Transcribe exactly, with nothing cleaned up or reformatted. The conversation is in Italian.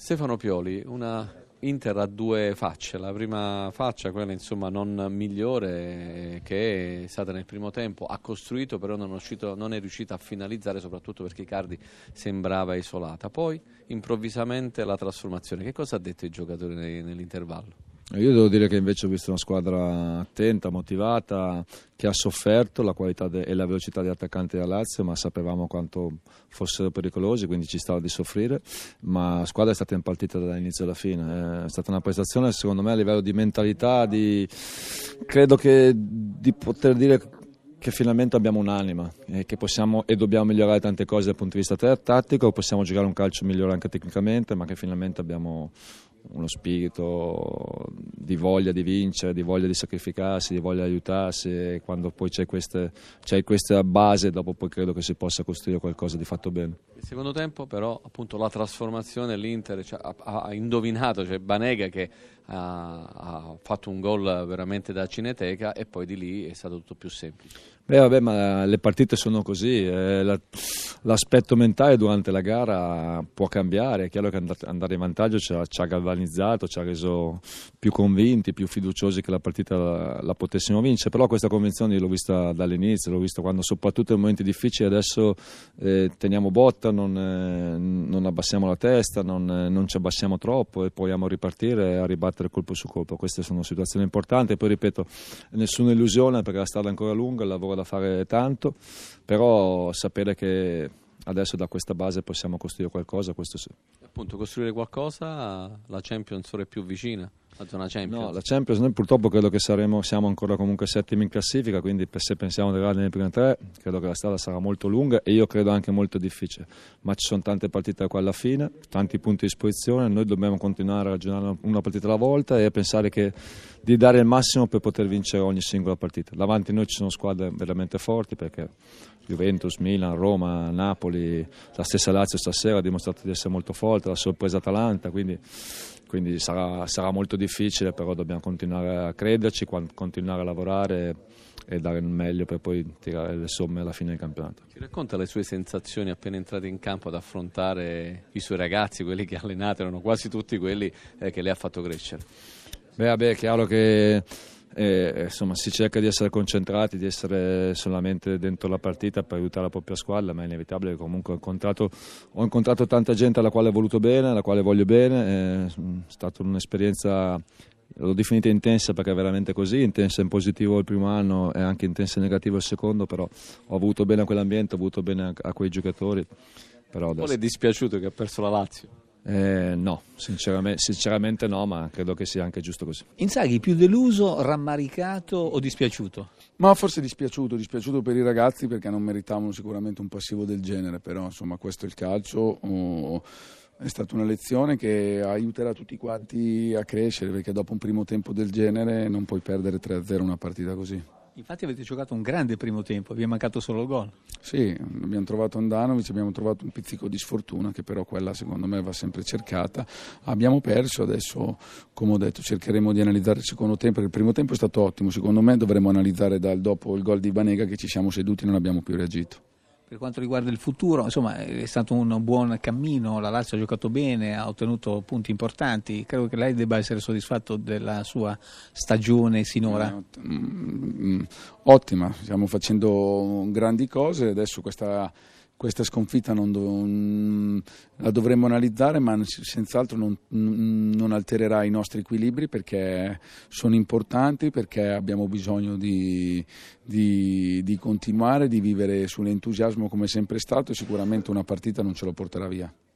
Stefano Pioli, una Inter ha due facce, la prima faccia, quella insomma non migliore, che è stata nel primo tempo, ha costruito però non è, uscito, non è riuscita a finalizzare, soprattutto perché Icardi sembrava isolata. Poi improvvisamente la trasformazione. Che cosa ha detto i giocatori nell'intervallo? Io devo dire che invece ho visto una squadra attenta, motivata, che ha sofferto la qualità de- e la velocità degli attaccanti della Lazio, ma sapevamo quanto fossero pericolosi, quindi ci stava di soffrire, ma la squadra è stata impartita dall'inizio alla fine. È stata una prestazione secondo me a livello di mentalità, di... credo che di poter dire che finalmente abbiamo un'anima e che possiamo e dobbiamo migliorare tante cose dal punto di vista tattico, possiamo giocare un calcio migliore anche tecnicamente, ma che finalmente abbiamo uno spirito di voglia di vincere, di voglia di sacrificarsi, di voglia di aiutarsi, e quando poi c'è, queste, c'è questa base, dopo poi credo che si possa costruire qualcosa di fatto bene. Il secondo tempo però appunto la trasformazione, l'Inter cioè, ha, ha indovinato, cioè Banega che ha, ha fatto un gol veramente da cineteca, e poi di lì è stato tutto più semplice. Beh, vabbè, ma le partite sono così, eh, la, l'aspetto mentale durante la gara può cambiare, è chiaro che andare in vantaggio ci ha, ci ha galvanizzato, ci ha reso più convinti, più fiduciosi che la partita la, la potessimo vincere, però questa convinzione io l'ho vista dall'inizio, l'ho vista quando soprattutto in momenti difficili, adesso eh, teniamo botta, non, eh, non abbassiamo la testa, non, eh, non ci abbassiamo troppo e proviamo a ripartire e a ribattere colpo su colpo. Queste sono situazioni importanti e poi ripeto, nessuna illusione perché la strada è ancora lunga, il lavoro da fare tanto, però sapere che adesso da questa base possiamo costruire qualcosa, questo sì. Appunto, costruire qualcosa, la Champions ora è più vicina, la zona Champions. No, la Champions noi purtroppo credo che saremo, siamo ancora comunque settimi in classifica, quindi se pensiamo di arrivare nelle prime tre, credo che la strada sarà molto lunga e io credo anche molto difficile, ma ci sono tante partite qua alla fine, tanti punti a disposizione, noi dobbiamo continuare a ragionare una partita alla volta e a pensare che di dare il massimo per poter vincere ogni singola partita. Davanti a noi ci sono squadre veramente forti perché Juventus, Milan, Roma, Napoli, la stessa Lazio stasera ha dimostrato di essere molto forte, la sorpresa Atalanta, quindi, quindi sarà, sarà molto difficile, però dobbiamo continuare a crederci, continuare a lavorare e dare il meglio per poi tirare le somme alla fine del campionato. Ci racconta le sue sensazioni appena entrate in campo ad affrontare i suoi ragazzi, quelli che ha allenato, erano quasi tutti quelli eh, che lei ha fatto crescere. Beh, vabbè, è chiaro che eh, insomma, si cerca di essere concentrati, di essere solamente dentro la partita per aiutare la propria squadra, ma è inevitabile che comunque ho incontrato, ho incontrato tanta gente alla quale ho voluto bene, alla quale voglio bene, è stata un'esperienza, l'ho definita intensa perché è veramente così, intensa in positivo il primo anno e anche intensa in negativo il secondo, però ho avuto bene a quell'ambiente, ho avuto bene a, a quei giocatori. Però adesso... Poi le è dispiaciuto che ha perso la Lazio? Eh, no, sinceramente, sinceramente no, ma credo che sia anche giusto così. Inzaghi più deluso, rammaricato o dispiaciuto? Ma forse dispiaciuto, dispiaciuto per i ragazzi perché non meritavano sicuramente un passivo del genere, però insomma questo è il calcio, oh, è stata una lezione che aiuterà tutti quanti a crescere perché dopo un primo tempo del genere non puoi perdere tre a zero una partita così. Infatti avete giocato un grande primo tempo, vi è mancato solo il gol. Sì, abbiamo trovato Andanovic, abbiamo trovato un pizzico di sfortuna che però quella secondo me va sempre cercata. Abbiamo perso, adesso come ho detto cercheremo di analizzare il secondo tempo, perché il primo tempo è stato ottimo, secondo me dovremo analizzare dal dopo il gol di Banega che ci siamo seduti e non abbiamo più reagito. Per quanto riguarda il futuro, insomma, è stato un buon cammino, la Lazio ha giocato bene, ha ottenuto punti importanti, credo che lei debba essere soddisfatto della sua stagione sinora. Eh, ottima, stiamo facendo grandi cose, adesso questa, questa sconfitta non do, la dovremmo analizzare, ma senz'altro non, non altererà i nostri equilibri perché sono importanti, perché abbiamo bisogno di, di, di continuare, di vivere sull'entusiasmo come è sempre stato e sicuramente una partita non ce lo porterà via.